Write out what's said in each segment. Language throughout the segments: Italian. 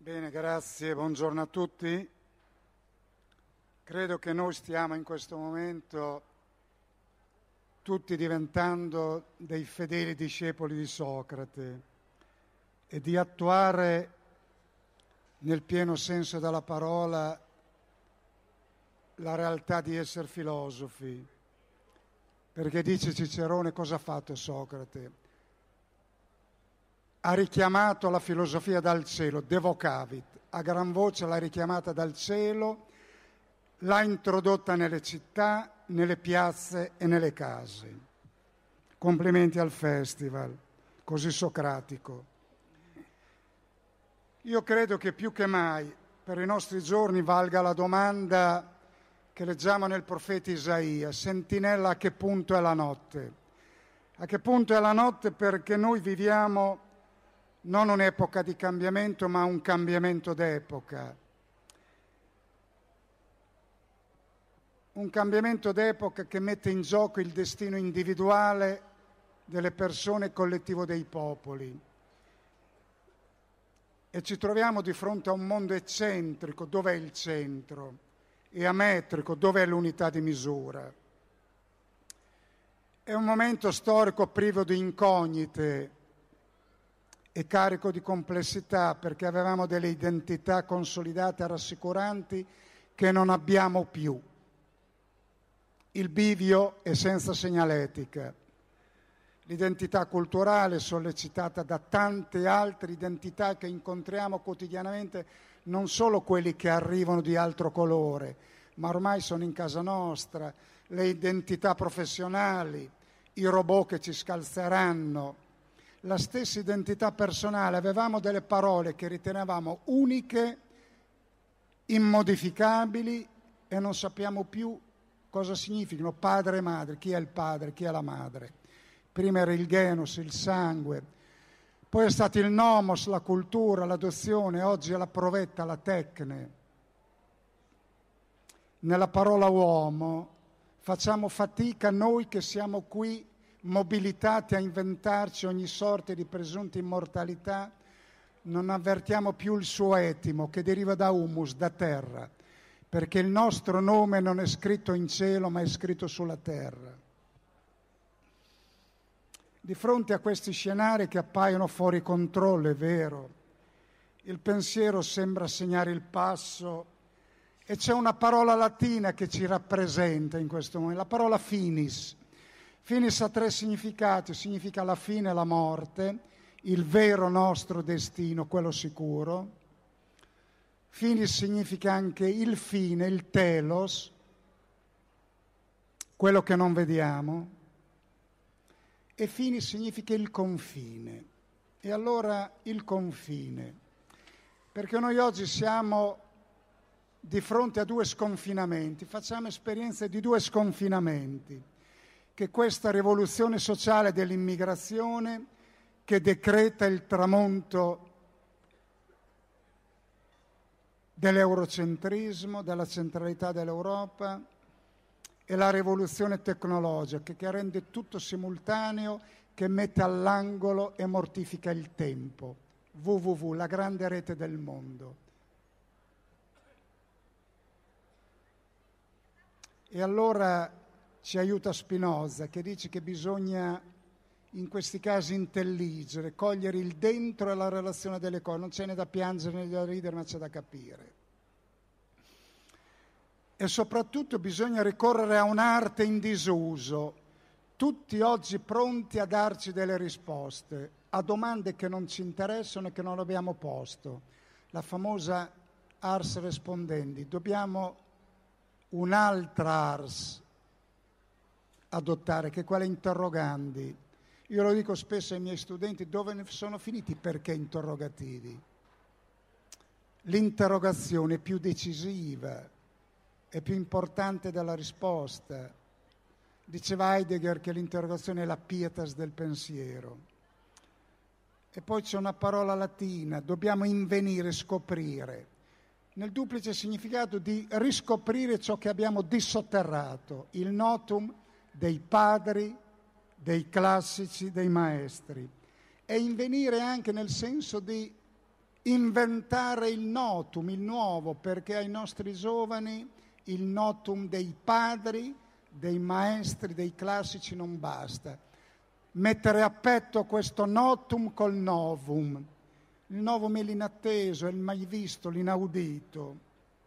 Bene, grazie, buongiorno a tutti. Credo che noi stiamo in questo momento tutti diventando dei fedeli discepoli di Socrate e di attuare nel pieno senso della parola la realtà di essere filosofi. Perché dice Cicerone, cosa ha fatto Socrate? Ha richiamato la filosofia dal cielo, de vocavit, a gran voce l'ha richiamata dal cielo, l'ha introdotta nelle città, nelle piazze e nelle case. Complimenti al festival, così socratico. Io credo che più che mai per i nostri giorni valga la domanda che leggiamo nel profeta Isaia: sentinella, a che punto è la notte? A che punto è la notte? Perché noi viviamo non un'epoca di cambiamento, ma un cambiamento d'epoca. Un cambiamento d'epoca che mette in gioco il destino individuale delle persone e il collettivo dei popoli. E ci troviamo di fronte a un mondo eccentrico, dov'è il centro, e ametrico, dov'è l'unità di misura. È un momento storico privo di incognite e carico di complessità, perché avevamo delle identità consolidate e rassicuranti che non abbiamo più. Il bivio è senza segnaletica. L'identità culturale sollecitata da tante altre identità che incontriamo quotidianamente, non solo quelli che arrivano di altro colore, ma ormai sono in casa nostra, le identità professionali, i robot che ci scalzeranno, la stessa identità personale. Avevamo delle parole che ritenevamo uniche, immodificabili, e non sappiamo più cosa significano padre e madre. Chi è il padre, chi è la madre? Prima era il genus, il sangue, poi è stato il nomos, la cultura, l'adozione, oggi è la provetta, la tecne. Nella parola uomo facciamo fatica noi che siamo qui mobilitati a inventarci ogni sorta di presunta immortalità, non avvertiamo più il suo etimo che deriva da humus, da terra, perché il nostro nome non è scritto in cielo ma è scritto sulla terra. Di fronte a questi scenari che appaiono fuori controllo, è vero, il pensiero sembra segnare il passo e c'è una parola latina che ci rappresenta in questo momento, la parola finis. Finis ha tre significati: significa la fine, la morte, il vero nostro destino, quello sicuro. Finis significa anche il fine, il telos, quello che non vediamo. E finis significa il confine. E allora il confine, perché noi oggi siamo di fronte a due sconfinamenti, facciamo esperienza di due sconfinamenti, che questa rivoluzione sociale dell'immigrazione che decreta il tramonto dell'eurocentrismo, della centralità dell'Europa, e la rivoluzione tecnologica che rende tutto simultaneo, che mette all'angolo e mortifica il tempo. www, la grande rete del mondo. E allora ci aiuta Spinoza, che dice che bisogna in questi casi intelligere, cogliere il dentro e la relazione delle cose. Non c'è né da piangere né da ridere, ma c'è da capire. E soprattutto bisogna ricorrere a un'arte in disuso, tutti oggi pronti a darci delle risposte a domande che non ci interessano e che non abbiamo posto. La famosa ars respondendi. Dobbiamo un'altra ars adottare, che è quella interrogandi. Io lo dico spesso ai miei studenti: dove ne sono finiti i perché interrogativi? L'interrogazione è più decisiva, è più importante della risposta. Diceva Heidegger che l'interrogazione è la pietas del pensiero. E poi c'è una parola latina: dobbiamo invenire, scoprire, nel duplice significato di riscoprire ciò che abbiamo dissotterrato, il notum dei padri, dei classici, dei maestri, e invenire anche nel senso di inventare il notum, il nuovo, perché ai nostri giovani il notum dei padri, dei maestri, dei classici non basta. Mettere a petto questo notum col novum. Il novum è l'inatteso, è il mai visto, l'inaudito.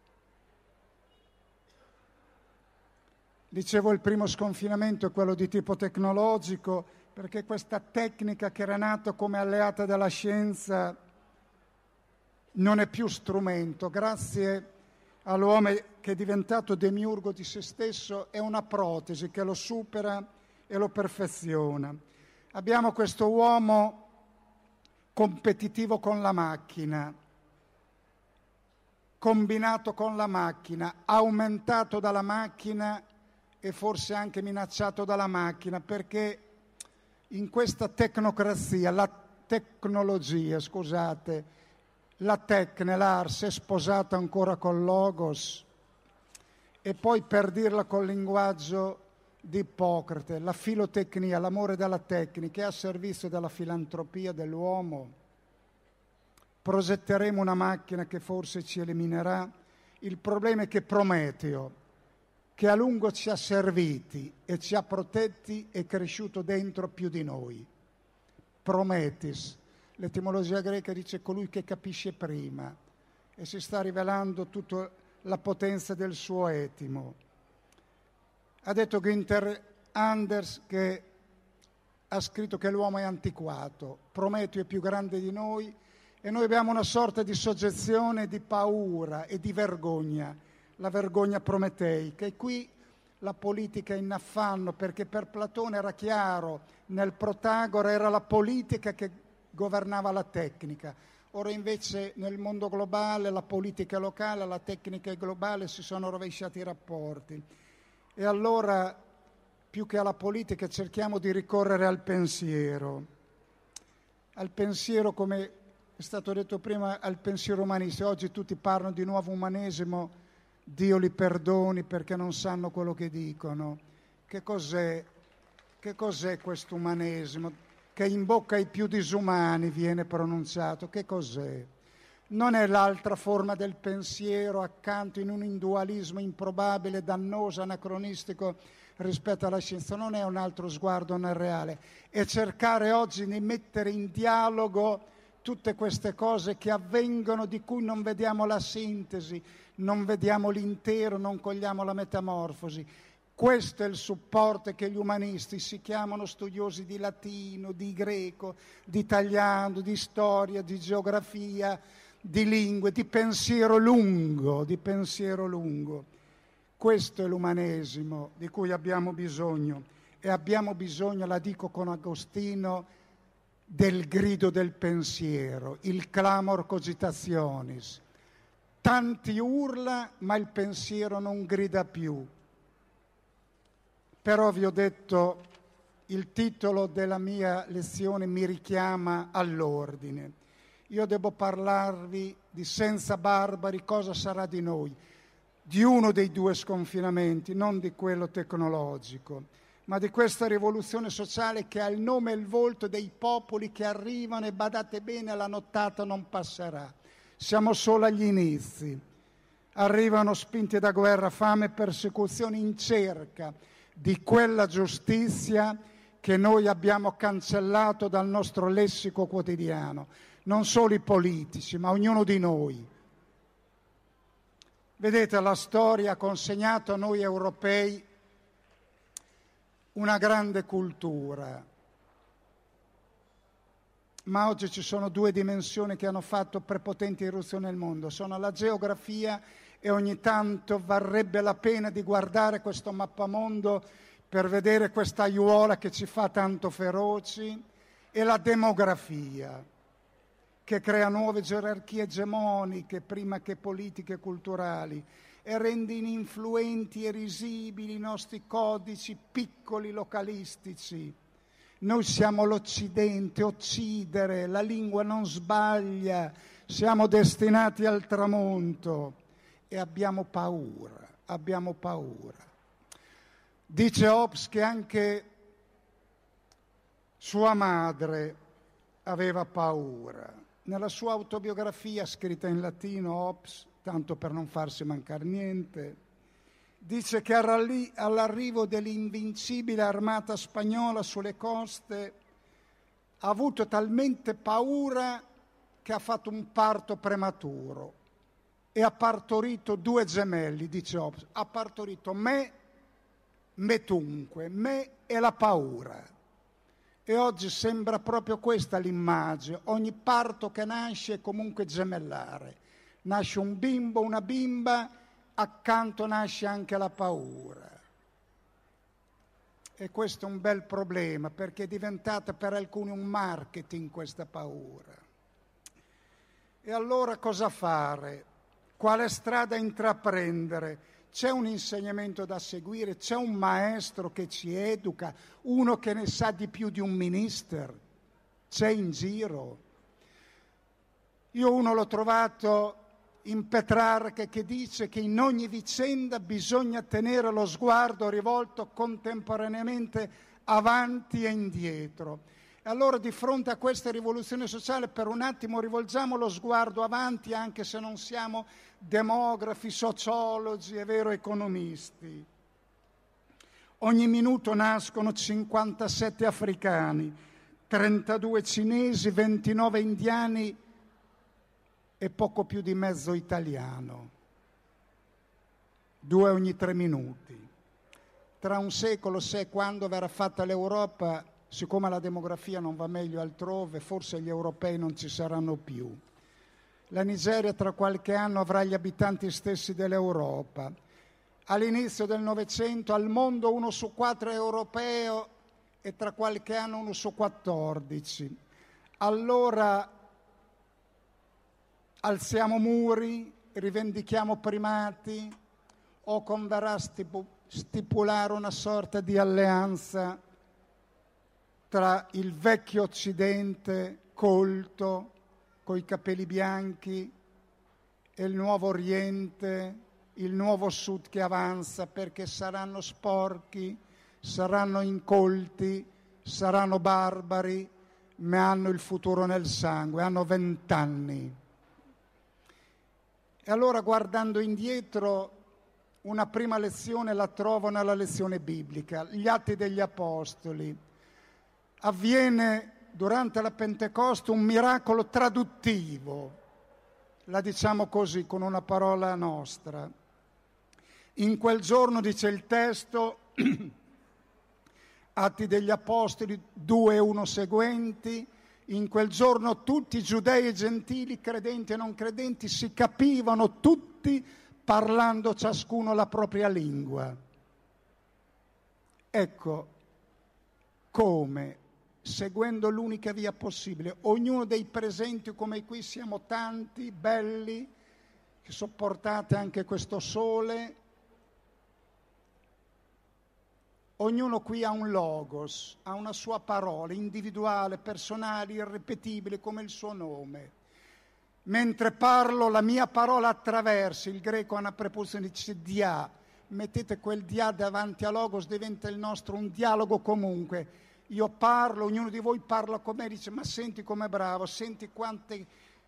Dicevo, il primo sconfinamento è quello di tipo tecnologico, perché questa tecnica che era nata come alleata della scienza non è più strumento. Grazie all'uomo che è diventato demiurgo di se stesso, è una protesi che lo supera e lo perfeziona. Abbiamo questo uomo competitivo con la macchina, combinato con la macchina, aumentato dalla macchina e forse anche minacciato dalla macchina, perché in questa tecnocrazia, la tecnologia, scusate, la tecne, l'ars è sposata ancora col logos, e poi, per dirla col linguaggio di Ippocrate, la filotecnia, l'amore della tecnica è a servizio della filantropia dell'uomo. Progetteremo una macchina che forse ci eliminerà. Il problema è che Prometeo, che a lungo ci ha serviti e ci ha protetti, è cresciuto dentro più di noi. Prometis, l'etimologia greca dice colui che capisce prima, e si sta rivelando tutta la potenza del suo etimo. Ha detto Günther Anders, che ha scritto che l'uomo è antiquato, Prometeo è più grande di noi, e noi abbiamo una sorta di soggezione, di paura e di vergogna, la vergogna prometeica. E qui la politica è in affanno, perché per Platone era chiaro, nel Protagora era la politica che governava la tecnica. Ora invece nel mondo globale la politica è locale, la tecnica è globale, si sono rovesciati i rapporti. E allora, più che alla politica, cerchiamo di ricorrere al pensiero, come è stato detto prima, al pensiero umanista. Oggi tutti parlano di nuovo umanesimo, Dio li perdoni perché non sanno quello che dicono. Che cos'è questo umanesimo? Che in bocca ai più disumani viene pronunciato. Che cos'è? Non è l'altra forma del pensiero accanto in un dualismo improbabile, dannoso, anacronistico rispetto alla scienza. Non è un altro sguardo nel reale. È cercare oggi di mettere in dialogo tutte queste cose che avvengono, di cui non vediamo la sintesi, non vediamo l'intero, non cogliamo la metamorfosi. Questo è il supporto che gli umanisti, si chiamano studiosi di latino, di greco, di italiano, di storia, di geografia, di lingue, di pensiero lungo. Questo è l'umanesimo di cui abbiamo bisogno, e abbiamo bisogno, la dico con Agostino, del grido del pensiero, il clamor cogitationis. Tanti urla, ma il pensiero non grida più. Però vi ho detto, il titolo della mia lezione mi richiama all'ordine. Io devo parlarvi di Senza barbari, cosa sarà di noi, di uno dei due sconfinamenti, non di quello tecnologico, ma di questa rivoluzione sociale che ha il nome e il volto dei popoli che arrivano, e badate bene, la nottata non passerà. Siamo solo agli inizi. Arrivano spinti da guerra, fame e persecuzioni, in cerca di quella giustizia che noi abbiamo cancellato dal nostro lessico quotidiano, non solo i politici, ma ognuno di noi. Vedete, la storia ha consegnato a noi europei una grande cultura, ma oggi ci sono due dimensioni che hanno fatto prepotenti irruzioni nel mondo, sono la geografia, e ogni tanto varrebbe la pena di guardare questo mappamondo per vedere questa aiuola che ci fa tanto feroci, e la demografia, che crea nuove gerarchie egemoniche prima che politiche e culturali, e rende ininfluenti e risibili i nostri codici piccoli localistici. Noi siamo l'Occidente, occidere, la lingua non sbaglia, siamo destinati al tramonto, e abbiamo paura. Dice Hobbes che anche sua madre aveva paura. nella sua autobiografia scritta in latino, ops, tanto per non farsi mancare niente, dice che all'arrivo dell'invincibile armata spagnola sulle coste ha avuto talmente paura che ha fatto un parto prematuro e ha partorito 2 gemelli, dice Hobbes. Ha partorito metunque, me e la paura. E oggi sembra proprio questa l'immagine. Ogni parto che nasce è comunque gemellare. Nasce un bimbo, una bimba, accanto nasce anche la paura. E questo è un bel problema, perché è diventata per alcuni un marketing questa paura. E allora cosa fare? Quale strada intraprendere? C'è un insegnamento da seguire? C'è un maestro che ci educa? Uno che ne sa di più di un minister? C'è in giro? Io uno l'ho trovato in Petrarca che dice che in ogni vicenda bisogna tenere lo sguardo rivolto contemporaneamente avanti e indietro. E allora di fronte a questa rivoluzione sociale per un attimo rivolgiamo lo sguardo avanti, anche se non siamo demografi, sociologi e vero economisti. Ogni minuto nascono 57 africani, 32 cinesi, 29 indiani e poco più di mezzo italiano. 2 ogni 3 minuti. Tra un secolo, se quando verrà fatta l'Europa, siccome la demografia non va meglio altrove, forse gli europei non ci saranno più. La Nigeria tra qualche anno avrà gli abitanti stessi dell'Europa. All'inizio del Novecento al mondo 1 su 4 è europeo e tra qualche anno 1 su 14. Allora alziamo muri, rivendichiamo primati o converrà stipulare una sorta di alleanza tra il vecchio Occidente colto, coi capelli bianchi, e il nuovo Oriente, il nuovo Sud che avanza, perché saranno sporchi, saranno incolti, saranno barbari, ma hanno il futuro nel sangue, hanno 20 anni. E allora, guardando indietro, una prima lezione la trovo nella lezione biblica, gli Atti degli Apostoli. Avviene durante la Pentecoste un miracolo traduttivo, la diciamo così con una parola nostra. In quel giorno, dice il testo, Atti degli Apostoli 2:1 seguenti, in quel giorno tutti, giudei e gentili, credenti e non credenti, si capivano tutti parlando ciascuno la propria lingua. Ecco come, seguendo l'unica via possibile, ognuno dei presenti, come qui siamo tanti, belli, che sopportate anche questo sole, ognuno qui ha un logos, ha una sua parola, individuale, personale, irripetibile, come il suo nome. Mentre parlo, la mia parola attraversa, il greco ha una preposizione, dice dia, mettete quel dia davanti a logos, diventa il nostro un dialogo comunque. Io parlo, ognuno di voi parla con me, dice ma senti com'è bravo, senti quante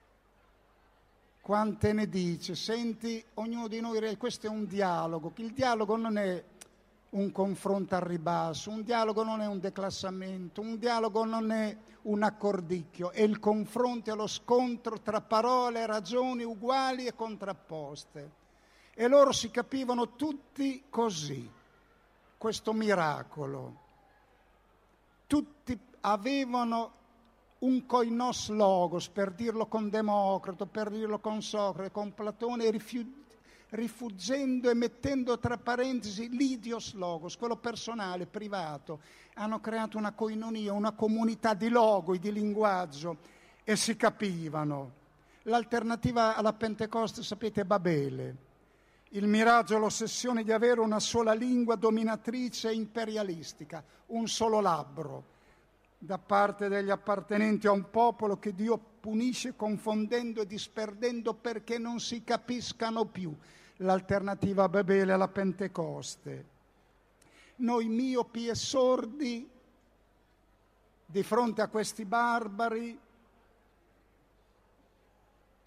ne dice, senti, ognuno di noi, questo è un dialogo. Il dialogo non è un confronto al ribasso, un dialogo non è un declassamento, un dialogo non è un accordicchio, è il confronto e lo scontro tra parole e ragioni uguali e contrapposte. E loro si capivano tutti così, questo miracolo. Tutti avevano un koinos logos, per dirlo con Democrito, per dirlo con Socrate, con Platone, rifuggendo e mettendo tra parentesi l'idios logos, quello personale, privato. Hanno creato una koinonia, una comunità di logoi, di linguaggio, e si capivano. L'alternativa alla Pentecoste, sapete, è Babele. Il miraggio, l'ossessione di avere una sola lingua dominatrice e imperialistica, un solo labbro, da parte degli appartenenti a un popolo che Dio punisce confondendo e disperdendo perché non si capiscano più. L'alternativa a Babele alla Pentecoste. Noi miopi e sordi di fronte a questi barbari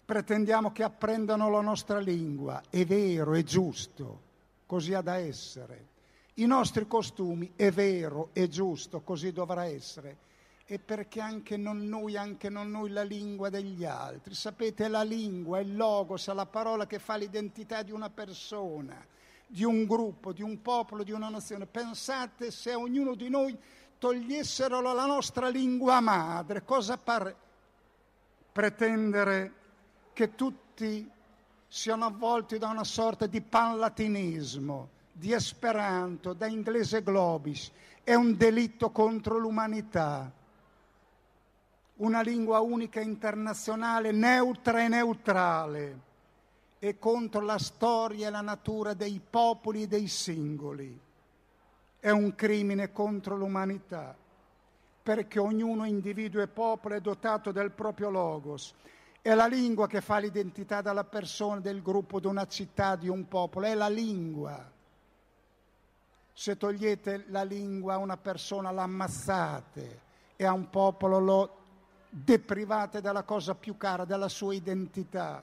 pretendiamo che apprendano la nostra lingua. È vero, è giusto, così ha da essere. I nostri costumi, è vero, è giusto, così dovrà essere. E perché anche non noi la lingua degli altri. Sapete, la lingua, il logos, è la parola che fa l'identità di una persona, di un gruppo, di un popolo, di una nazione. Pensate se ognuno di noi togliessero la nostra lingua madre, cosa pare? Pretendere che tutti siano avvolti da una sorta di panlatinismo, di esperanto, da inglese globis, è un delitto contro l'umanità. Una lingua unica internazionale, neutra e neutrale, e contro la storia e la natura dei popoli e dei singoli. È un crimine contro l'umanità, perché ognuno individuo e popolo è dotato del proprio logos. È la lingua che fa l'identità della persona, del gruppo, di una città, di un popolo. È la lingua. Se togliete la lingua a una persona l'ammazzate e a un popolo lo deprivate della cosa più cara, della sua identità.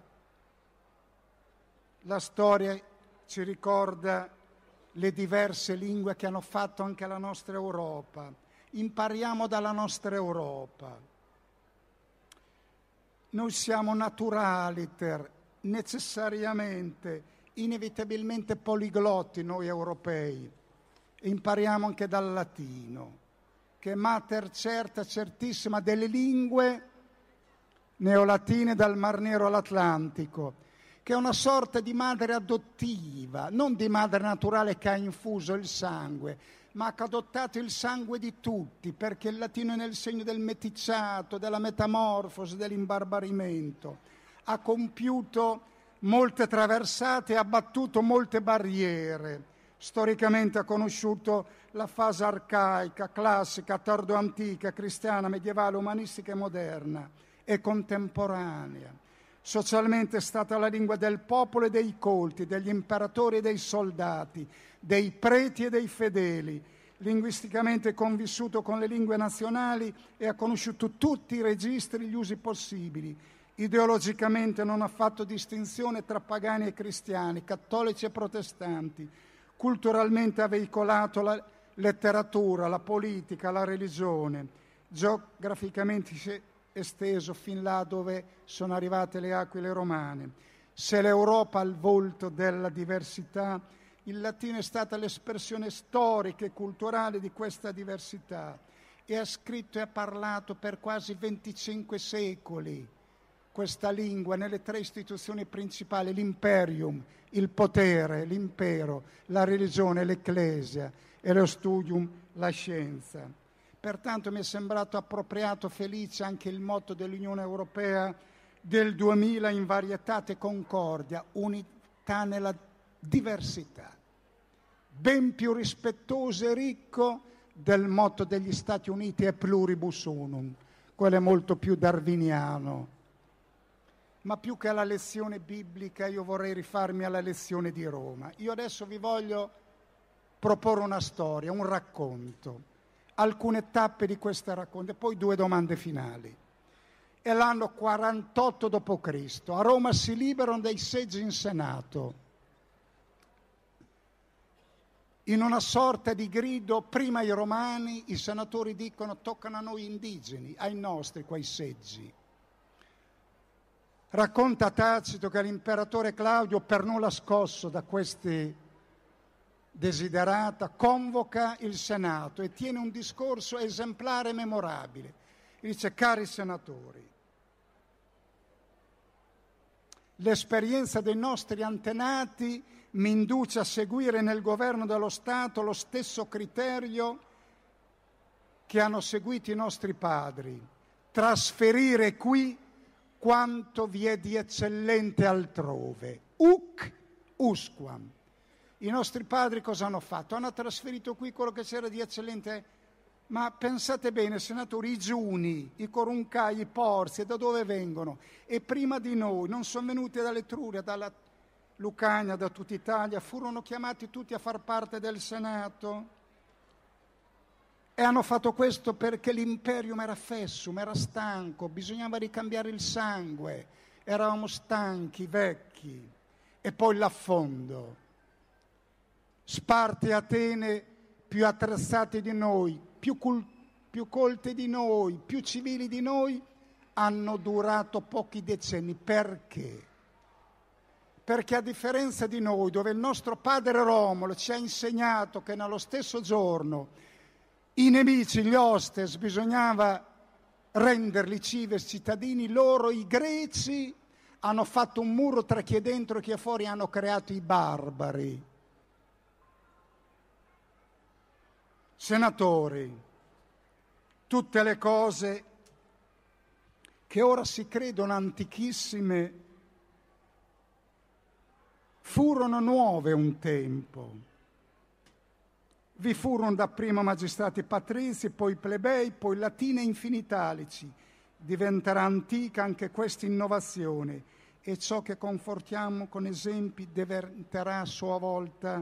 La storia ci ricorda le diverse lingue che hanno fatto anche la nostra Europa. Impariamo dalla nostra Europa. Noi siamo naturaliter, necessariamente, inevitabilmente poliglotti noi europei. E impariamo anche dal latino, che è mater certa, certissima delle lingue neolatine dal Mar Nero all'Atlantico, che è una sorta di madre adottiva, non di madre naturale che ha infuso il sangue, ma che ha adottato il sangue di tutti, perché il latino è nel segno del meticciato, della metamorfosi, dell'imbarbarimento. Ha compiuto molte traversate e ha abbattuto molte barriere. Storicamente ha conosciuto la fase arcaica, classica, tardo-antica, cristiana, medievale, umanistica e moderna e contemporanea. Socialmente è stata la lingua del popolo e dei colti, degli imperatori e dei soldati, dei preti e dei fedeli. Linguisticamente è convissuto con le lingue nazionali e ha conosciuto tutti i registri e gli usi possibili. Ideologicamente non ha fatto distinzione tra pagani e cristiani, cattolici e protestanti. Culturalmente ha veicolato la letteratura, la politica, la religione. Geograficamente si è esteso fin là dove sono arrivate le aquile romane. Se l'Europa ha il volto della diversità, il latino è stata l'espressione storica e culturale di questa diversità e ha scritto e ha parlato per quasi 25 secoli questa lingua nelle tre istituzioni principali, l'imperium, il potere, l'impero, la religione, l'ecclesia e lo studium, la scienza. Pertanto mi è sembrato appropriato, felice anche il motto dell'Unione Europea del 2000 in varietate concordia, unità nella diversità, ben più rispettoso e ricco del motto degli Stati Uniti e pluribus unum, quello è molto più darwiniano. Ma più che alla lezione biblica io vorrei rifarmi alla lezione di Roma. Io adesso vi voglio proporre una storia, un racconto, alcune tappe di questo racconto e poi due domande finali. È l'anno 48 d.C. A Roma si liberano dei seggi in Senato. In una sorta di grido, prima ai romani, i senatori dicono toccano a noi indigeni, ai nostri quei seggi. Racconta Tacito che l'imperatore Claudio, per nulla scosso da questi desiderata, convoca il Senato e tiene un discorso esemplare e memorabile. E dice: cari senatori, l'esperienza dei nostri antenati mi induce a seguire nel governo dello Stato lo stesso criterio che hanno seguito i nostri padri, trasferire qui quanto vi è di eccellente altrove, uc usquam. I nostri padri cosa hanno fatto? Hanno trasferito qui quello che c'era di eccellente, ma pensate bene, senatori, i Giuni, i Coruncai, i Porzi, da dove vengono? E prima di noi non sono venuti dall'Etruria, dalla Lucania, da tutta Italia, furono chiamati tutti a far parte del Senato e hanno fatto questo perché l'imperium era fessum, era stanco, bisognava ricambiare il sangue eravamo stanchi, vecchi, e poi l'affondo. Sparta e Atene, più attrezzati di noi, più colte di noi, più civili di noi, hanno durato pochi decenni. Perché? Perché a differenza di noi, dove il nostro padre Romolo ci ha insegnato che nello stesso giorno i nemici, gli hostes, bisognava renderli cives cittadini, loro, i greci, hanno fatto un muro tra chi è dentro e chi è fuori, hanno creato i barbari. Senatori, tutte le cose che ora si credono antichissime furono nuove un tempo. Vi furono dapprima magistrati patrizi, poi plebei, poi latini e infinitalici. Diventerà antica anche questa innovazione e ciò che confortiamo con esempi diventerà a sua volta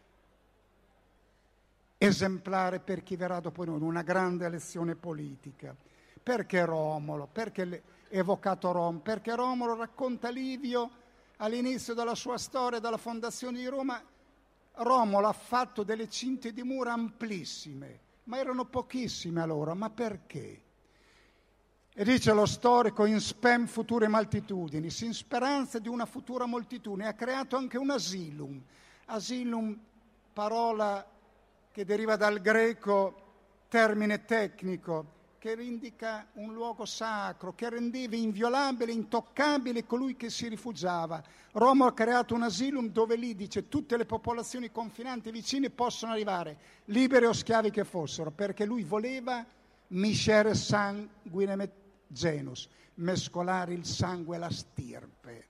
esemplare per chi verrà dopo noi, una grande lezione politica. Perché Romolo? Perché evocato Romolo? Perché Romolo, racconta Livio, all'inizio della sua storia, dalla fondazione di Roma, Romolo ha fatto delle cinte di mura amplissime, ma erano pochissime allora. Ma perché? E dice lo storico, in spem future moltitudini, in speranza di una futura moltitudine, ha creato anche un asylum. Asylum, parola che deriva dal greco, termine tecnico, che indica un luogo sacro, che rendeva inviolabile, intoccabile colui che si rifugiava. Roma ha creato un asylum dove lì, dice, tutte le popolazioni confinanti vicine possono arrivare, liberi o schiavi che fossero, perché lui voleva miscere sanguinem genus, mescolare il sangue e la stirpe.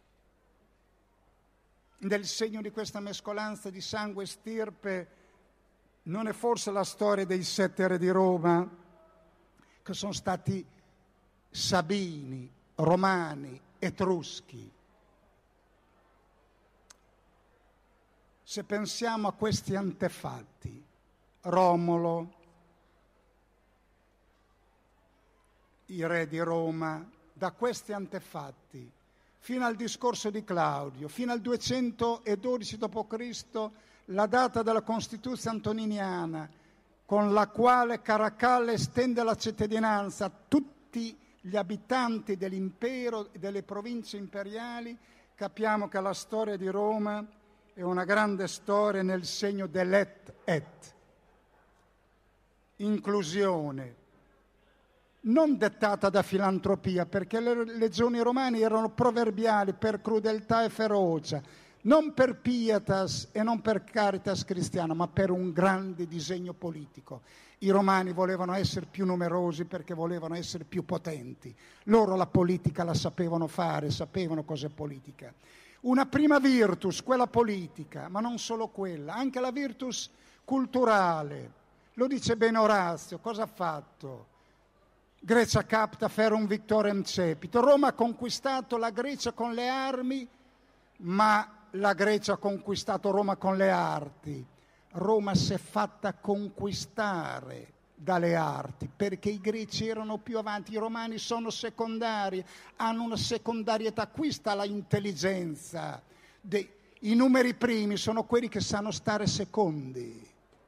Nel segno di questa mescolanza di sangue e stirpe non è forse la storia dei 7 re di Roma, che sono stati Sabini, Romani, Etruschi. Se pensiamo a questi antefatti, Romolo, i re di Roma, da questi antefatti, fino al discorso di Claudio, fino al 212 d.C., la data della Costituzione antoniniana, con la quale Caracalla estende la cittadinanza a tutti gli abitanti dell'impero e delle province imperiali, capiamo che la storia di Roma è una grande storia nel segno dell'et et. Inclusione, non dettata da filantropia, perché le legioni romane erano proverbiali per crudeltà e ferocia, non per pietas e non per caritas cristiana, ma per un grande disegno politico. I romani volevano essere più numerosi perché volevano essere più potenti. Loro la politica la sapevano fare, sapevano cos'è politica. Una prima virtus, quella politica, ma non solo quella, anche la virtus culturale. Lo dice bene Orazio, cosa ha fatto? Grecia capta ferum victorem cepit. Roma ha conquistato la Grecia con le armi, ma la Grecia ha conquistato Roma con le arti. Roma si è fatta conquistare dalle arti perché i greci erano più avanti, i romani sono secondari, hanno una secondarietà. Qui sta la intelligenza. I numeri primi sono quelli che sanno stare secondi.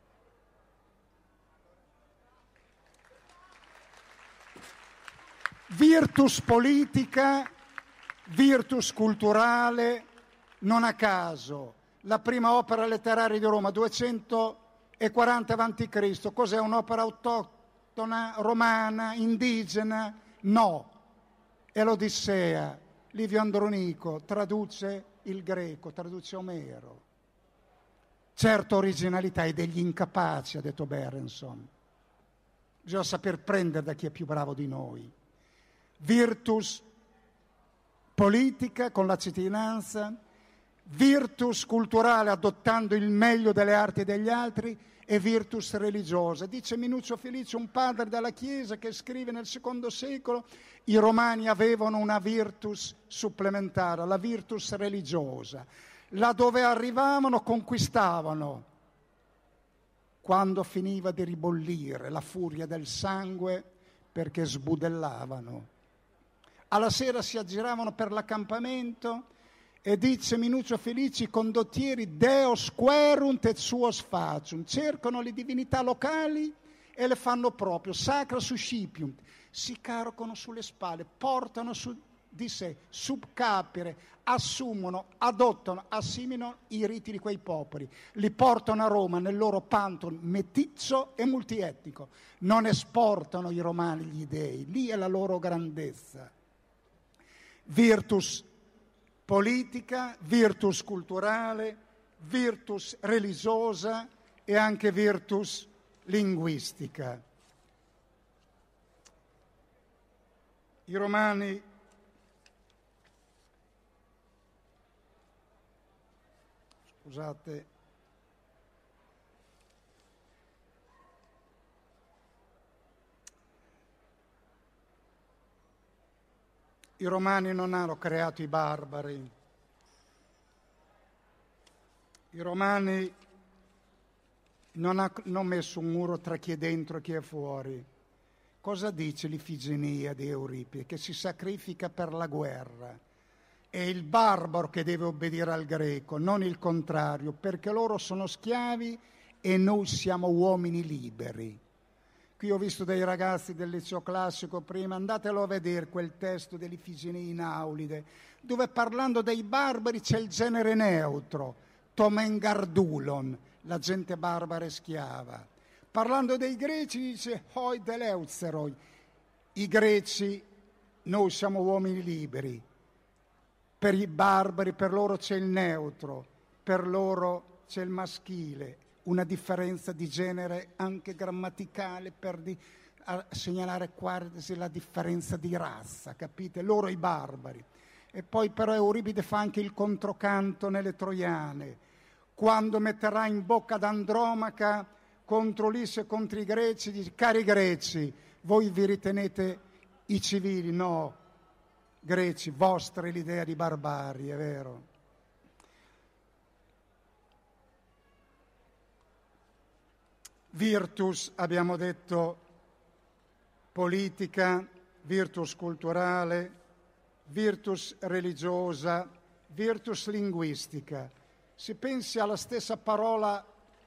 Virtus politica, virtus culturale. Non a caso, la prima opera letteraria di Roma, 240 a.C., cos'è? Un'opera autoctona, romana, indigena? No. È l'Odissea. Livio Andronico traduce il greco, traduce Omero. Certo, originalità è degli incapaci, ha detto Berenson. Bisogna saper prendere da chi è più bravo di noi. Virtus politica con la cittadinanza, virtus culturale adottando il meglio delle arti degli altri e virtus religiosa. Dice Minuccio Felice, un padre della Chiesa che scrive nel II secolo, i romani avevano una virtus supplementare, la virtus religiosa. Laddove arrivavano conquistavano. Quando finiva di ribollire la furia del sangue perché sbudellavano. Alla sera si aggiravano per l'accampamento e dice Minuccio Felici, i condottieri Deus querunt et suos faciunt, cercano le divinità locali e le fanno proprio, sacra suscipiunt, si caricano sulle spalle, portano su di sé, subcapere, assumono, adottano, assimilano i riti di quei popoli, li portano a Roma nel loro pantheon meticcio e multietnico, non esportano i romani gli dei, lì è la loro grandezza. Virtus politica, virtus culturale, virtus religiosa e anche virtus linguistica. I romani i romani non hanno creato i barbari. I romani non hanno messo un muro tra chi è dentro e chi è fuori. Cosa dice l'Ifigenia di Euripide? Che si sacrifica per la guerra. È il barbaro che deve obbedire al greco, non il contrario, perché loro sono schiavi e noi siamo uomini liberi. Qui ho visto dei ragazzi del liceo classico prima, andatelo a vedere quel testo dell'Ifigenia in Aulide, dove parlando dei barbari c'è il genere neutro, tomengardulon, la gente barbara e schiava. Parlando dei greci dice hoi deleuzeroi, i greci, noi siamo uomini liberi. Per i barbari, per loro c'è il neutro, per loro c'è il maschile, una differenza di genere anche grammaticale per segnalare quasi la differenza di razza, capite? Loro i barbari. E poi però Euripide fa anche il controcanto nelle Troiane, quando metterà in bocca ad Andromaca contro Ulisse e contro i greci, dice, cari greci, voi vi ritenete i civili? No, greci, vostra è l'idea di barbarie, è vero. Virtus, abbiamo detto, politica, virtus culturale, virtus religiosa, virtus linguistica. Si pensi alla stessa parola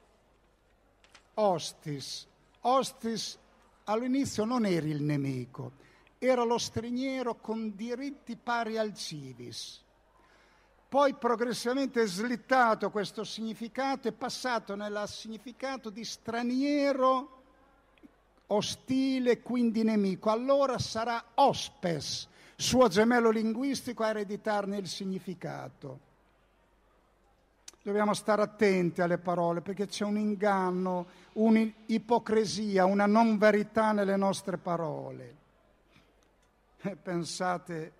ostis. Ostis all'inizio non era il nemico, era lo straniero con diritti pari al civis. Poi progressivamente è slittato questo significato, è passato nel significato di straniero, ostile, quindi nemico. Allora sarà ospes, suo gemello linguistico, a ereditarne il significato. Dobbiamo stare attenti alle parole perché c'è un inganno, un'ipocrisia, una non verità nelle nostre parole. Pensate,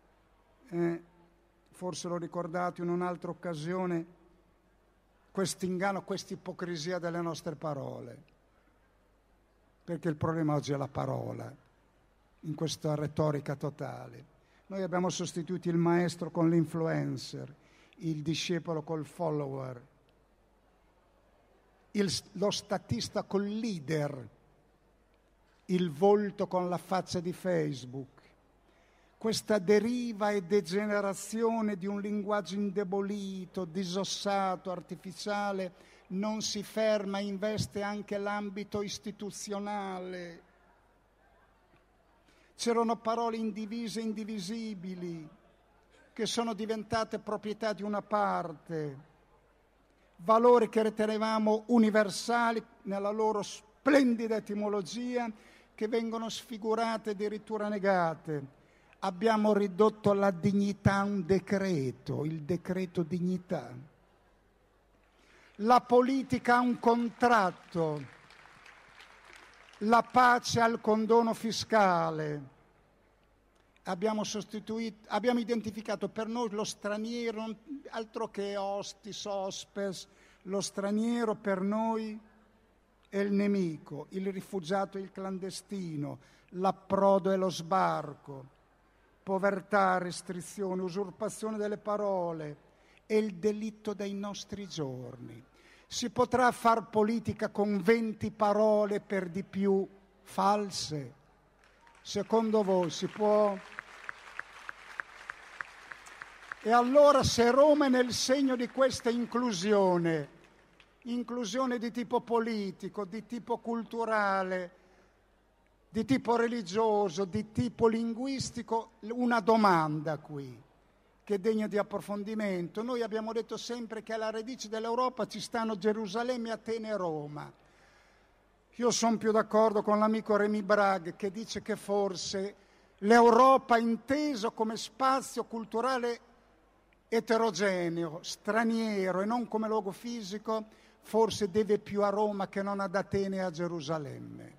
forse l'ho ricordato in un'altra occasione, questo inganno, questa ipocrisia delle nostre parole. Perché il problema oggi è la parola, in questa retorica totale. Noi abbiamo sostituito il maestro con l'influencer, il discepolo col follower, lo statista col leader, il volto con la faccia di Facebook. Questa deriva e degenerazione di un linguaggio indebolito, disossato, artificiale, non si ferma, investe anche l'ambito istituzionale. C'erano parole indivise e indivisibili, che sono diventate proprietà di una parte, valori che ritenevamo universali nella loro splendida etimologia, che vengono sfigurate e addirittura negate. Abbiamo ridotto la dignità a un decreto, il decreto dignità. La politica a un contratto, la pace al condono fiscale. Abbiamo identificato per noi lo straniero, altro che ostis, ospes, lo straniero per noi è il nemico, il rifugiato, il clandestino, l'approdo e lo sbarco, povertà, restrizione, usurpazione delle parole è il delitto dei nostri giorni. Si potrà far politica con 20 parole per di più false? Secondo voi si può? E allora se Roma è nel segno di questa inclusione di tipo politico, di tipo culturale, di tipo religioso, di tipo linguistico, una domanda qui che è degna di approfondimento. Noi abbiamo detto sempre che alla radice dell'Europa ci stanno Gerusalemme, Atene e Roma. Io sono più d'accordo con l'amico Rémy Brague che dice che forse l'Europa inteso come spazio culturale eterogeneo, straniero e non come luogo fisico, forse deve più a Roma che non ad Atene e a Gerusalemme.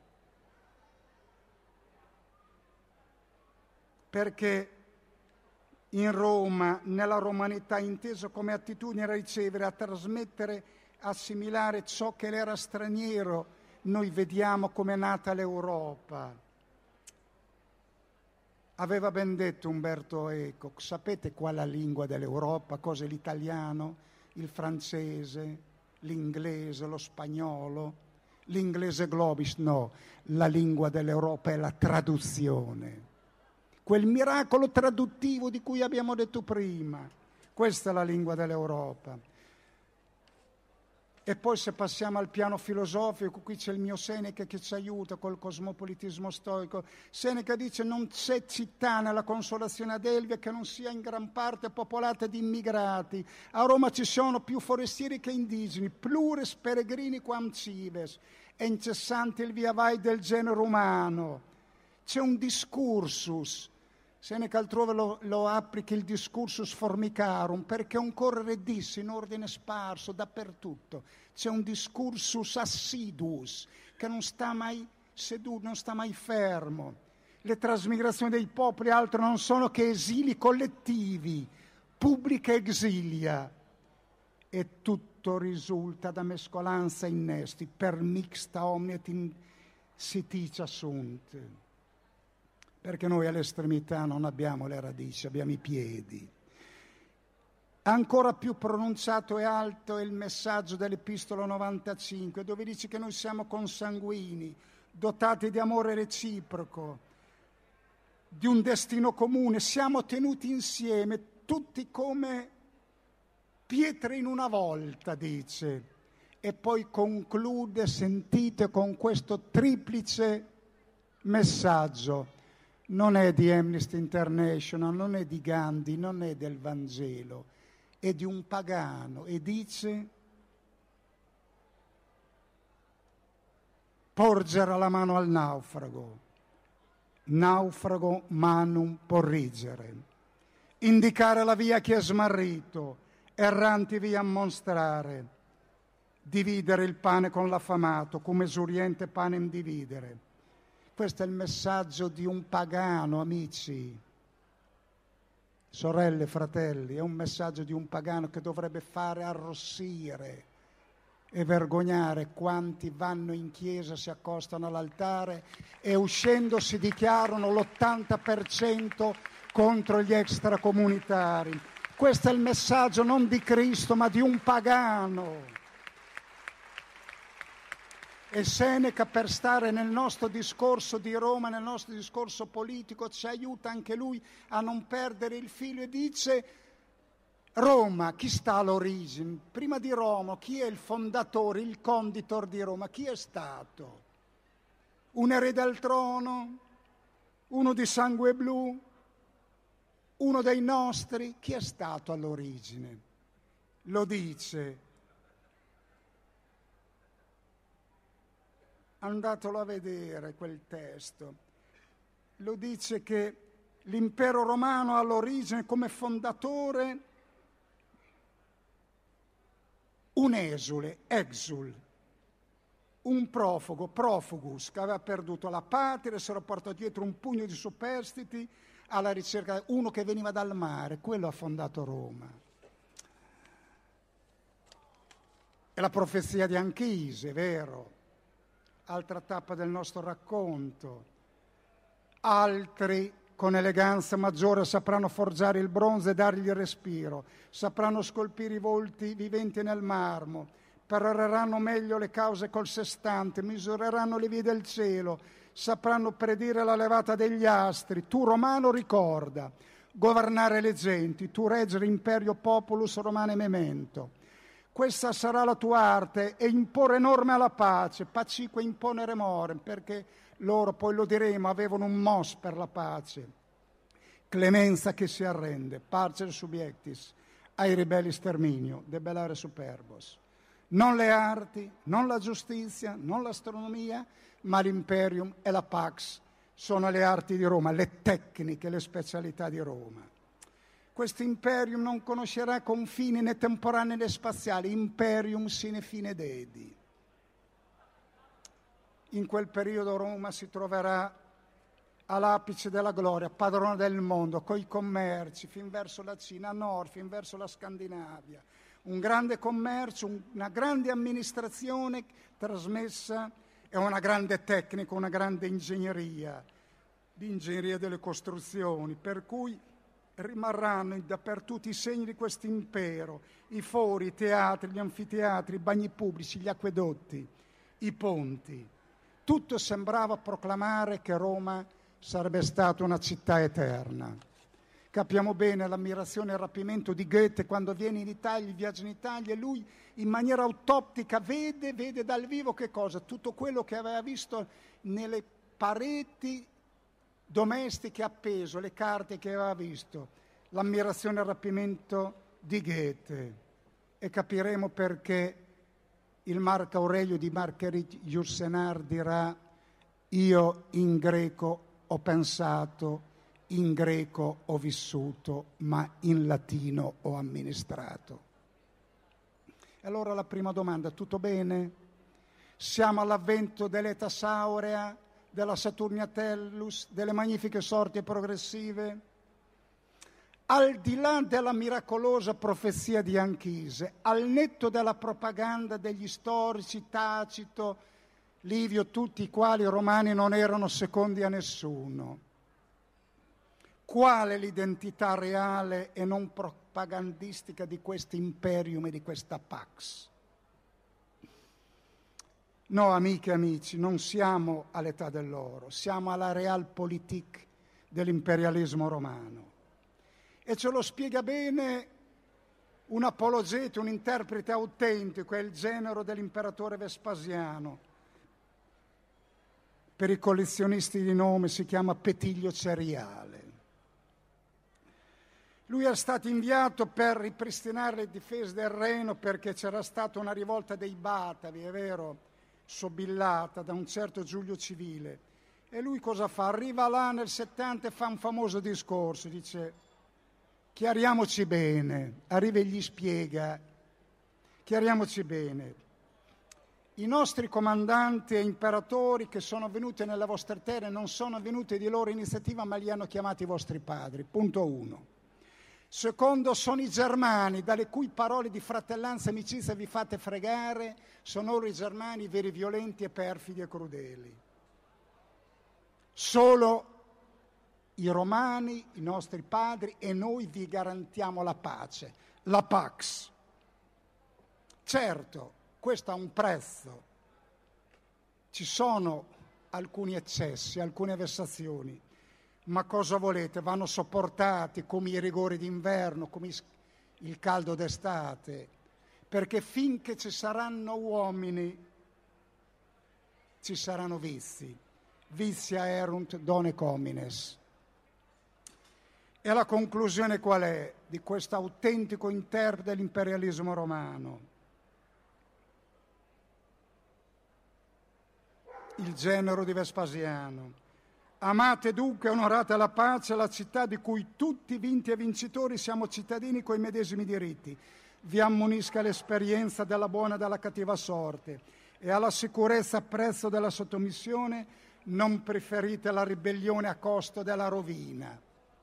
Perché in Roma, nella romanità, inteso come attitudine a ricevere, a trasmettere, assimilare ciò che l'era straniero, noi vediamo come è nata l'Europa. Aveva ben detto Umberto Eco, sapete qual è la lingua dell'Europa? Cos'è l'italiano, il francese, l'inglese, lo spagnolo, l'inglese globis? No, la lingua dell'Europa è la traduzione. Quel miracolo traduttivo di cui abbiamo detto prima. Questa è la lingua dell'Europa. E poi se passiamo al piano filosofico, qui c'è il mio Seneca che ci aiuta col cosmopolitismo stoico. Seneca dice: non c'è città nella Consolazione ad Elvia che non sia in gran parte popolata di immigrati. A Roma ci sono più forestieri che indigeni, plures peregrini quam cives, è incessante il via vai del genere umano. C'è un discursus. Seneca altrove lo applica il discursus formicarum, perché un correre disse in ordine sparso dappertutto. C'è un discursus assiduus che non sta mai seduto, non sta mai fermo. Le trasmigrazioni dei popoli altro non sono che esili collettivi, pubblica exilia, e tutto risulta da mescolanza innesti, per mixta omniet in siticia sunt. Perché noi all'estremità non abbiamo le radici, abbiamo i piedi. Ancora più pronunciato e alto è il messaggio dell'Epistola 95, dove dice che noi siamo consanguini, dotati di amore reciproco, di un destino comune, siamo tenuti insieme, tutti come pietre in una volta, dice. E poi conclude, sentite, con questo triplice messaggio. Non è di Amnesty International, non è di Gandhi, non è del Vangelo, è di un pagano e dice: porgere la mano al naufrago manum porrigere, indicare la via a chi è smarrito, erranti via ammonstrare, dividere il pane con l'affamato, come esuriente panem dividere. Questo è il messaggio di un pagano, amici, sorelle, fratelli, è un messaggio di un pagano che dovrebbe fare arrossire e vergognare quanti vanno in chiesa, si accostano all'altare e uscendo si dichiarano l'80% contro gli extracomunitari. Questo è il messaggio non di Cristo ma di un pagano. E Seneca, per stare nel nostro discorso di Roma, nel nostro discorso politico, ci aiuta anche lui a non perdere il filo e dice: Roma, chi sta all'origine? Prima di Roma, chi è il fondatore, il conditor di Roma? Chi è stato? Un erede al trono? Uno di sangue blu? Uno dei nostri? Chi è stato all'origine? Lo dice. Andatelo a vedere quel testo. Lo dice che l'impero romano ha all'origine come fondatore un esule, exul, un profugo, profugus, che aveva perduto la patria, si era portato dietro un pugno di superstiti alla ricerca, uno che veniva dal mare, quello ha fondato Roma. È la profezia di Anchise, è vero? Altra tappa del nostro racconto. Altri con eleganza maggiore sapranno forgiare il bronzo e dargli respiro, sapranno scolpire i volti viventi nel marmo, peroreranno meglio le cause col sestante, misureranno le vie del cielo, sapranno predire la levata degli astri. Tu, romano, ricorda, governare le genti, tu reggere imperio populus romane memento. Questa sarà la tua arte, e imporre norme alla pace, pacique imponere morem, perché loro, poi lo diremo, avevano un mos per la pace. Clemenza che si arrende, parce subiectis, ai ribelli sterminio, debellare superbos. Non le arti, non la giustizia, non l'astronomia, ma l'imperium e la pax sono le arti di Roma, le tecniche, le specialità di Roma. Questo imperium non conoscerà confini né temporanei né spaziali, imperium sine fine dedi. In quel periodo Roma si troverà all'apice della gloria, padrona del mondo, coi commerci, fin verso la Cina, a nord, fin verso la Scandinavia. Un grande commercio, una grande amministrazione trasmessa e una grande tecnica, una grande ingegneria, l'ingegneria delle costruzioni, per cui rimarranno dappertutto i segni di questo impero, i fori, i teatri, gli anfiteatri, i bagni pubblici, gli acquedotti, i ponti. Tutto sembrava proclamare che Roma sarebbe stata una città eterna. Capiamo bene l'ammirazione e il rapimento di Goethe quando viene in Italia, viaggia in Italia, e lui in maniera autoptica vede dal vivo che cosa? Tutto quello che aveva visto nelle pareti domestiche appeso, le carte che aveva visto, l'ammirazione e il rapimento di Goethe. E capiremo perché il Marco Aurelio di Marguerite Yourcenar dirà: io in greco ho pensato, in greco ho vissuto, ma in latino ho amministrato. E allora la prima domanda: tutto bene? Siamo all'avvento dell'età saurea, della Saturnia Tellus, delle magnifiche sorti progressive? Al di là della miracolosa profezia di Anchise, al netto della propaganda degli storici, Tacito, Livio, tutti i quali i romani non erano secondi a nessuno, qual è l'identità reale e non propagandistica di questo imperium e di questa pax? No, amiche e amici, non siamo all'età dell'oro, siamo alla realpolitik dell'imperialismo romano. E ce lo spiega bene un apologeta, un interprete autentico, è il genero dell'imperatore Vespasiano. Per i collezionisti di nome si chiama Petiglio Ceriale. Lui è stato inviato per ripristinare le difese del Reno perché c'era stata una rivolta dei Batavi, è vero, sobillata da un certo Giulio Civile. E lui cosa fa? Arriva là nel 70 e fa un famoso discorso, dice: chiariamoci bene, arriva e gli spiega, chiariamoci bene. I nostri comandanti e imperatori che sono venuti nelle vostre terre non sono venuti di loro iniziativa, ma li hanno chiamati i vostri padri. Punto 1. Secondo, sono i germani, dalle cui parole di fratellanza e amicizia vi fate fregare, sono loro i germani veri violenti e perfidi e crudeli. Solo i romani, i nostri padri, e noi vi garantiamo la pace, la pax. Certo, questo ha un prezzo. Ci sono alcuni eccessi, alcune vessazioni, ma cosa volete? Vanno sopportati come i rigori d'inverno, come il caldo d'estate, perché finché ci saranno uomini ci saranno vizi. Vizia erunt donec homines. E la conclusione qual è di questo autentico interprete dell'imperialismo romano? Il genero di Vespasiano. Amate dunque e onorate la pace, la città di cui tutti vinti e vincitori siamo cittadini coi medesimi diritti. Vi ammonisca l'esperienza della buona e della cattiva sorte, e alla sicurezza a prezzo della sottomissione non preferite la ribellione a costo della rovina.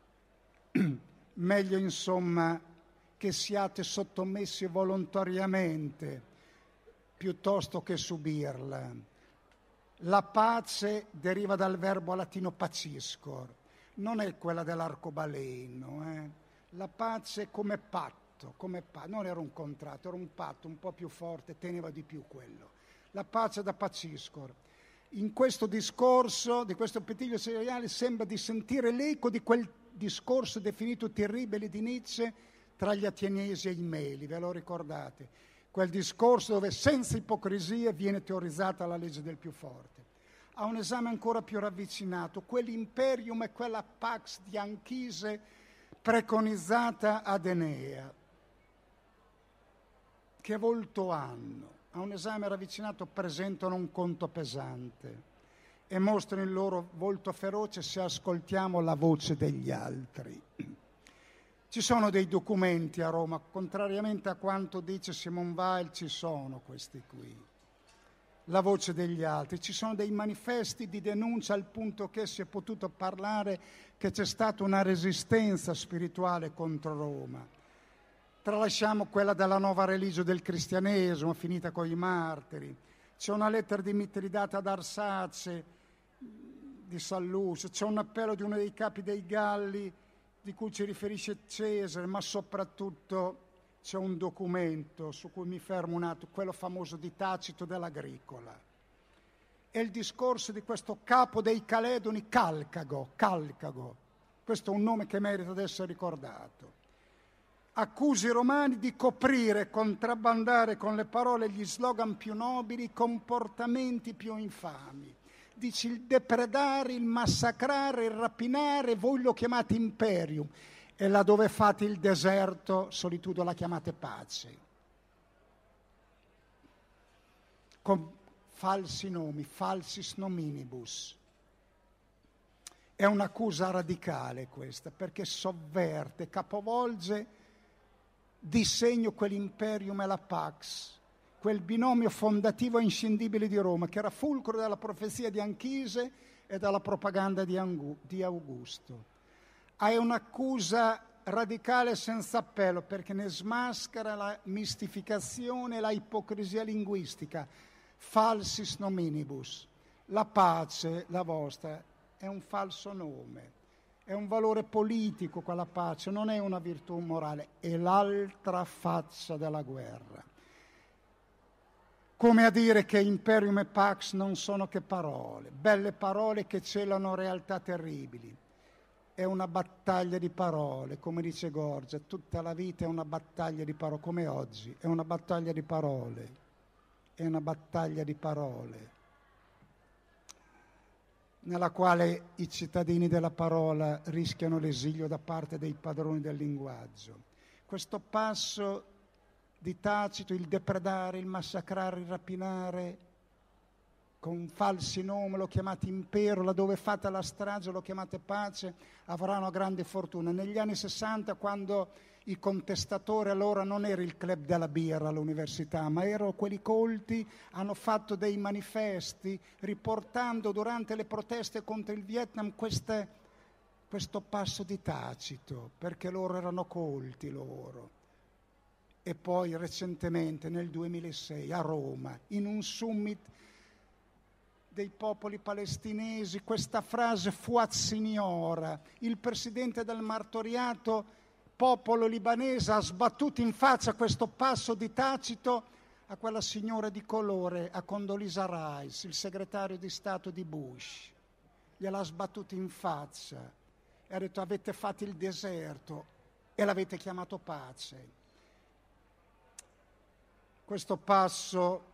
Meglio insomma che siate sottomessi volontariamente piuttosto che subirla. La pace deriva dal verbo latino paciscor, non è quella dell'arcobaleno. La pace è come patto, non era un contratto, era un patto un po' più forte, teneva di più quello. La pace da paciscor. In questo discorso, di questo Petiglio Ceriale, sembra di sentire l'eco di quel discorso definito terribile di Nietzsche tra gli ateniesi e i Meli, ve lo ricordate? Quel discorso dove senza ipocrisia viene teorizzata la legge del più forte. A un esame ancora più ravvicinato, quell'imperium e quella pax di Anchise preconizzata ad Enea, che volto hanno? A un esame ravvicinato presentano un conto pesante e mostrano il loro volto feroce se ascoltiamo la voce degli altri. Ci sono dei documenti a Roma, contrariamente a quanto dice Simone Weil, ci sono questi qui. La voce degli altri, ci sono dei manifesti di denuncia al punto che si è potuto parlare che c'è stata una resistenza spirituale contro Roma. Tralasciamo quella della nuova religione del cristianesimo, finita con i martiri. C'è una lettera di Mitridate ad Arsace, di Sallust, c'è un appello di uno dei capi dei Galli di cui ci riferisce Cesare, ma soprattutto c'è un documento su cui mi fermo un attimo, quello famoso di Tacito dell'Agricola. È il discorso di questo capo dei Caledoni, Calcago. Questo è un nome che merita di essere ricordato. Accusa i romani di coprire e contrabbandare con le parole gli slogan più nobili, i comportamenti più infami. Dice il depredare, il massacrare, il rapinare, voi lo chiamate imperium. E laddove fate il deserto, solitudo la chiamate pace. Con falsi nomi, falsis nominibus. È un'accusa radicale questa, perché sovverte, capovolge di segno quell'imperium e la pax, quel binomio fondativo e inscindibile di Roma, che era fulcro della profezia di Anchise e della propaganda di Augusto. È un'accusa radicale senza appello, perché ne smaschera la mistificazione e la ipocrisia linguistica. Falsis nominibus. La pace, la vostra, è un falso nome, è un valore politico quella pace, non è una virtù morale, è l'altra faccia della guerra. Come a dire che imperium e pax non sono che parole, belle parole che celano realtà terribili. È una battaglia di parole, come dice Gorgia, tutta la vita è una battaglia di parole, come oggi, è una battaglia di parole, è una battaglia di parole, nella quale i cittadini della parola rischiano l'esilio da parte dei padroni del linguaggio. Questo passo di Tacito, il depredare, il massacrare, il rapinare, con falsi nomi lo chiamate impero, laddove fate la strage lo chiamate pace, avrà una grande fortuna. Negli anni 60, quando i contestatori, allora non era il club della birra all'università, ma erano quelli colti, hanno fatto dei manifesti riportando durante le proteste contro il Vietnam questo passo di Tacito, perché loro erano colti loro. E poi recentemente nel 2006 a Roma, in un summit dei popoli palestinesi, questa frase fuat signora, il presidente del martoriato popolo libanese ha sbattuto in faccia questo passo di Tacito a quella signora di colore, a Condoleezza Rice, il segretario di Stato di Bush. Gliel'ha sbattuto in faccia e ha detto: avete fatto il deserto e l'avete chiamato pace. Questo passo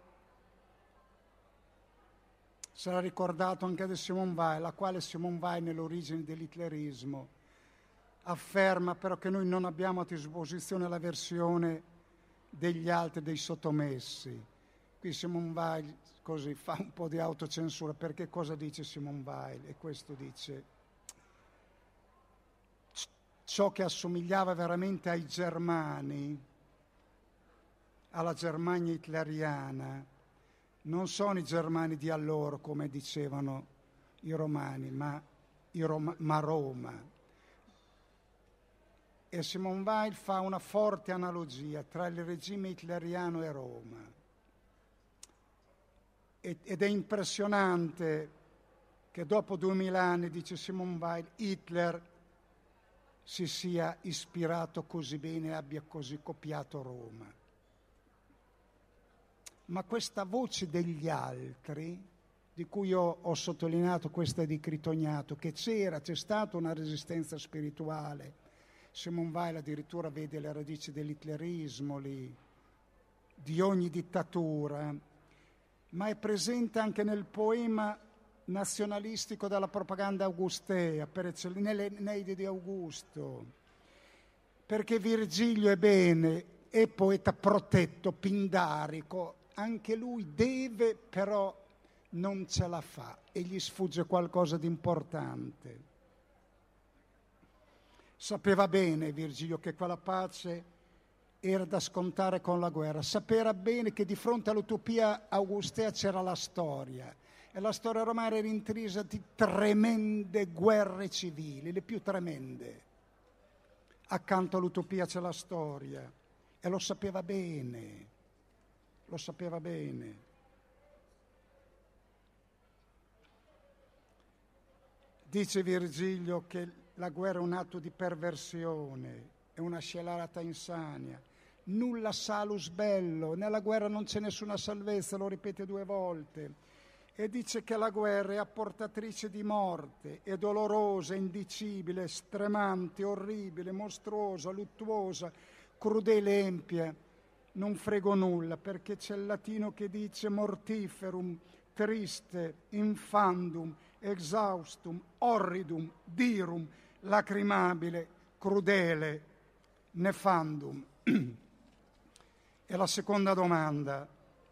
sarà ricordato anche da Simone Weil, la quale Simone Weil nell'origine dell'hitlerismo afferma però che noi non abbiamo a disposizione la versione degli altri, dei sottomessi. Qui Simone Weil così fa un po' di autocensura, perché cosa dice Simone Weil? E questo dice: ciò che assomigliava veramente ai germani, alla Germania hitleriana, non sono i germani di allora, come dicevano i romani, ma Roma. E Simone Weil fa una forte analogia tra il regime hitleriano e Roma. Ed è impressionante che dopo 2000 anni, dice Simone Weil, Hitler si sia ispirato così bene e abbia così copiato Roma. Ma questa voce degli altri di cui io ho sottolineato questa di Critognato, che c'è stata una resistenza spirituale. Simone Weil addirittura vede le radici dell'hitlerismo lì, di ogni dittatura, ma è presente anche nel poema nazionalistico della propaganda augustea, nelle Eneidi di Augusto, perché Virgilio è bene, è poeta protetto, pindarico, anche lui deve, però non ce la fa e gli sfugge qualcosa di importante. Sapeva bene Virgilio che quella pace era da scontare con la guerra, sapeva bene che di fronte all'utopia augustea c'era la storia, e la storia romana era intrisa di tremende guerre civili, le più tremende. Accanto all'utopia c'è la storia, e lo sapeva bene, lo sapeva bene. Dice Virgilio che la guerra è un atto di perversione, è una scellerata insania. Nulla salus bello, nella guerra non c'è nessuna salvezza, lo ripete 2 volte. E dice che la guerra è apportatrice di morte, è dolorosa, indicibile, stremante, orribile, mostruosa, luttuosa, crudele, empia. Non frego nulla, perché c'è il latino che dice mortiferum, triste, infandum, exhaustum, orridum, dirum, lacrimabile, crudele, nefandum. E la seconda domanda,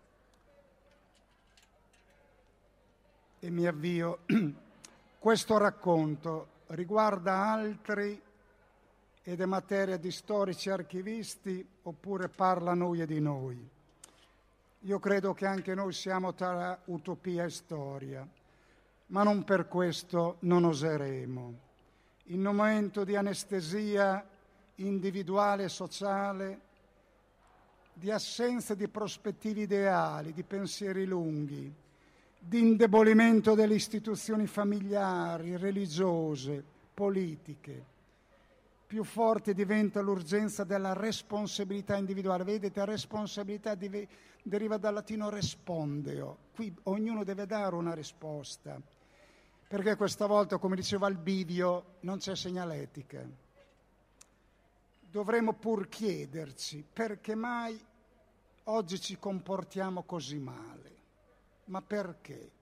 e mi avvio, questo racconto riguarda altri ed è materia di storici archivisti oppure parla a noi e di noi? Io credo che anche noi siamo tra utopia e storia, ma non per questo non oseremo. In un momento di anestesia individuale e sociale, di assenza di prospettive ideali, di pensieri lunghi, di indebolimento delle istituzioni familiari, religiose, politiche, più forte diventa l'urgenza della responsabilità individuale. Vedete, responsabilità deriva dal latino respondeo. Qui ognuno deve dare una risposta, perché questa volta, come diceva il bivio, non c'è segnaletica. Dovremmo pur chiederci perché mai oggi ci comportiamo così male. Ma perché?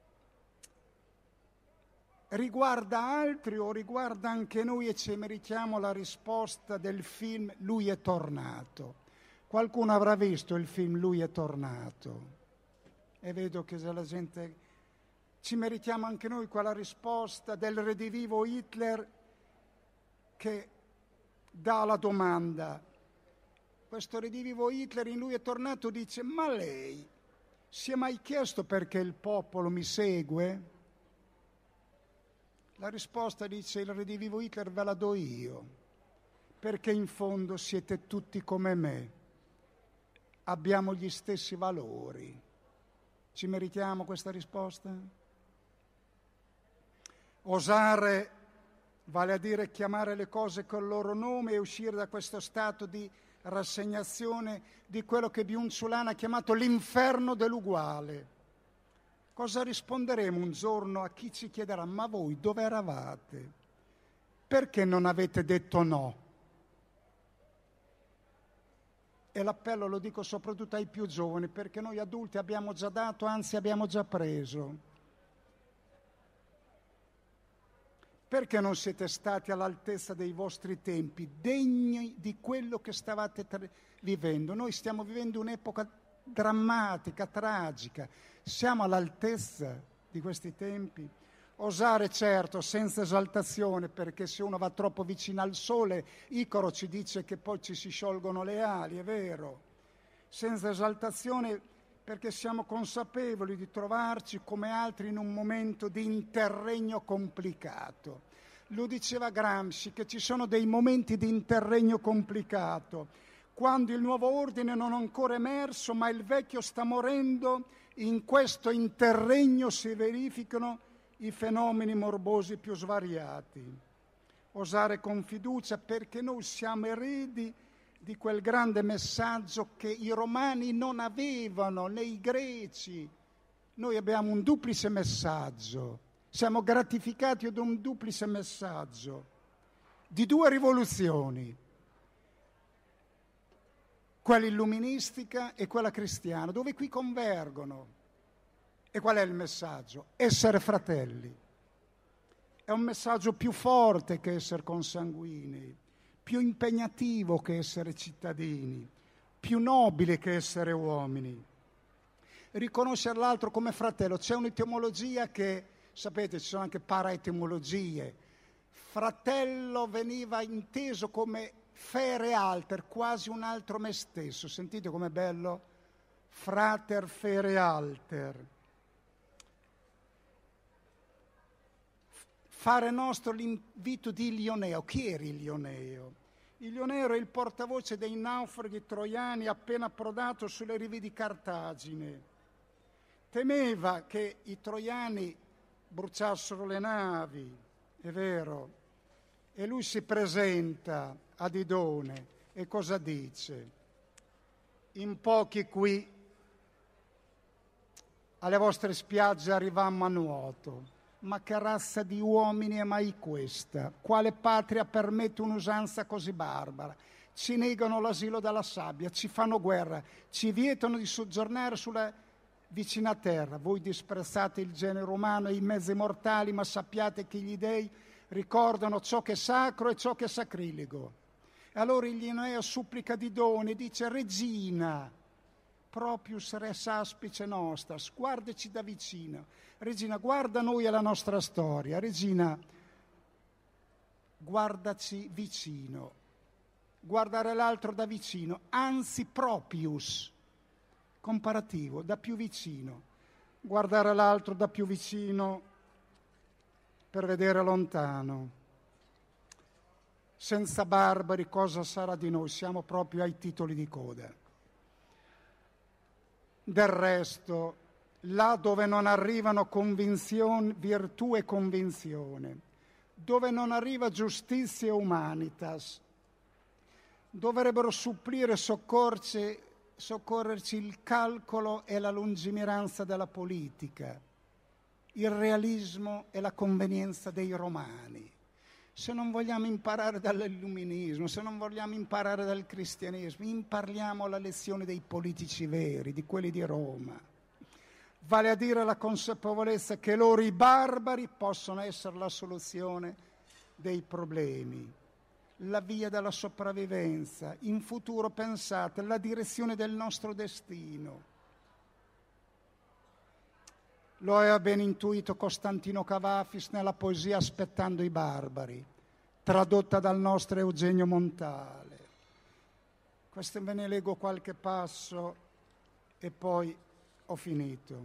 Riguarda altri o riguarda anche noi e ci meritiamo la risposta del film Lui è tornato? Qualcuno avrà visto il film Lui è tornato? E vedo che la gente... Ci meritiamo anche noi quella risposta del redivivo Hitler che dà la domanda. Questo redivivo Hitler in Lui è tornato dice: ma lei si è mai chiesto perché il popolo mi segue? La risposta dice: il redivivo Hitler ve la do io, perché in fondo siete tutti come me, abbiamo gli stessi valori. Ci meritiamo questa risposta? Osare vale a dire chiamare le cose col loro nome e uscire da questo stato di rassegnazione di quello che Biunzulana ha chiamato l'inferno dell'uguale. Cosa risponderemo un giorno a chi ci chiederà: ma voi dove eravate? Perché non avete detto no? E l'appello lo dico soprattutto ai più giovani, perché noi adulti abbiamo già dato, anzi abbiamo già preso. Perché non siete stati all'altezza dei vostri tempi, degni di quello che stavate vivendo? Noi stiamo vivendo un'epoca drammatica, tragica. Siamo all'altezza di questi tempi? Osare, certo, senza esaltazione, perché se uno va troppo vicino al sole, Icaro ci dice che poi ci si sciolgono le ali, è vero. Senza esaltazione, perché siamo consapevoli di trovarci come altri in un momento di interregno complicato. Lo diceva Gramsci, che ci sono dei momenti di interregno complicato, quando il nuovo ordine non è ancora emerso, ma il vecchio sta morendo. In questo interregno si verificano i fenomeni morbosi più svariati. Osare con fiducia, perché noi siamo eredi di quel grande messaggio che i romani non avevano, né i greci, Noi abbiamo un duplice messaggio, siamo gratificati da un duplice messaggio di due rivoluzioni, quella illuministica e quella cristiana, dove qui convergono. E qual è il messaggio? Essere fratelli. È un messaggio più forte che essere consanguinei, più impegnativo che essere cittadini, più nobile che essere uomini. Riconoscere l'altro come fratello. C'è un'etimologia che, sapete, ci sono anche paraetimologie. Fratello veniva inteso come fere alter, quasi un altro me stesso. Sentite com'è bello? Frater fere alter. Fare nostro l'invito di Ilioneo. Chi era Ilioneo? Ilioneo era il portavoce dei naufraghi troiani appena approdato sulle rive di Cartagine. Temeva che i troiani bruciassero le navi, è vero, e lui si presenta a Didone e cosa dice? In pochi qui alle vostre spiagge arrivammo a nuoto. Ma che razza di uomini è mai questa? Quale patria permette un'usanza così barbara? Ci negano l'asilo dalla sabbia, ci fanno guerra, ci vietano di soggiornare sulla vicina terra. Voi disprezzate il genere umano e i mezzi mortali, ma sappiate che gli dei ricordano ciò che è sacro e ciò che è sacrilego. E allora Ilioneo supplica Didone, dice: Regina, proprius res aspice nostras, guardaci da vicino. Regina, guarda noi e la nostra storia. Regina, guardaci vicino. Guardare l'altro da vicino, anzi proprius, comparativo, da più vicino. Guardare l'altro da più vicino per vedere lontano. Senza barbari cosa sarà di noi? Siamo proprio ai titoli di coda. Del resto, là dove non arrivano convinzione, virtù e convinzione, dove non arriva giustizia e humanitas, dovrebbero supplire e soccorrerci il calcolo e la lungimiranza della politica, il realismo e la convenienza dei romani. Se non vogliamo imparare dall'illuminismo, se non vogliamo imparare dal cristianesimo, impariamo la lezione dei politici veri, di quelli di Roma. Vale a dire la consapevolezza che loro, i barbari, possono essere la soluzione dei problemi, la via della sopravvivenza, in futuro pensate, la direzione del nostro destino. Lo aveva ben intuito Costantino Cavafis nella poesia Aspettando i barbari, tradotta dal nostro Eugenio Montale. Questo ve ne leggo qualche passo e poi ho finito.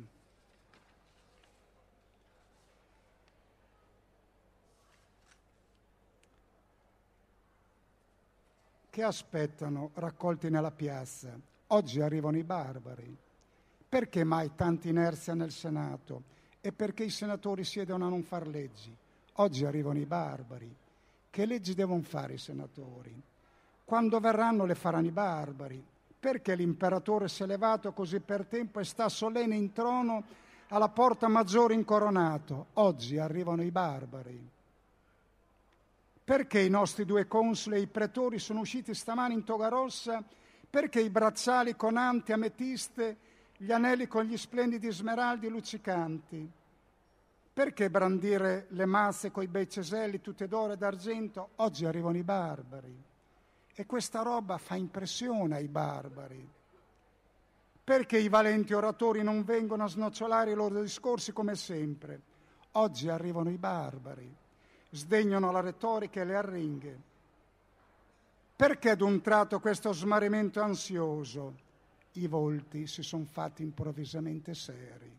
Che aspettano raccolti nella piazza? Oggi arrivano i barbari. Perché mai tanta inerzia nel Senato? E perché i senatori siedono a non far leggi? Oggi arrivano i barbari. Che leggi devono fare i senatori? Quando verranno le faranno i barbari. Perché l'imperatore si è levato così per tempo e sta solenne in trono alla porta maggiore incoronato? Oggi arrivano i barbari. Perché i nostri due consoli e i pretori sono usciti stamani in toga rossa? Perché i bracciali con ante ametiste, gli anelli con gli splendidi smeraldi luccicanti? Perché brandire le masse coi bei ceselli tutte d'oro e d'argento? Oggi arrivano i barbari. E questa roba fa impressione ai barbari. Perché i valenti oratori non vengono a snocciolare i loro discorsi come sempre? Oggi arrivano i barbari. Sdegnano la retorica e le arringhe. Perché ad un tratto questo smarrimento ansioso? I volti si sono fatti improvvisamente seri.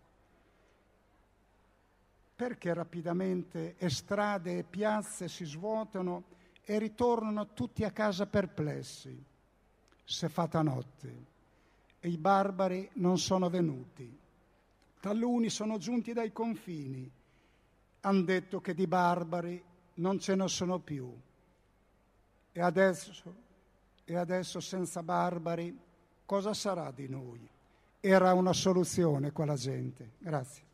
Perché rapidamente strade e piazze si svuotano e ritornano tutti a casa perplessi? S'è fatta notte e i barbari non sono venuti. Taluni sono giunti dai confini. Han detto che di barbari non ce ne sono più. E adesso senza barbari cosa sarà di noi? era una soluzione quella gente. Grazie.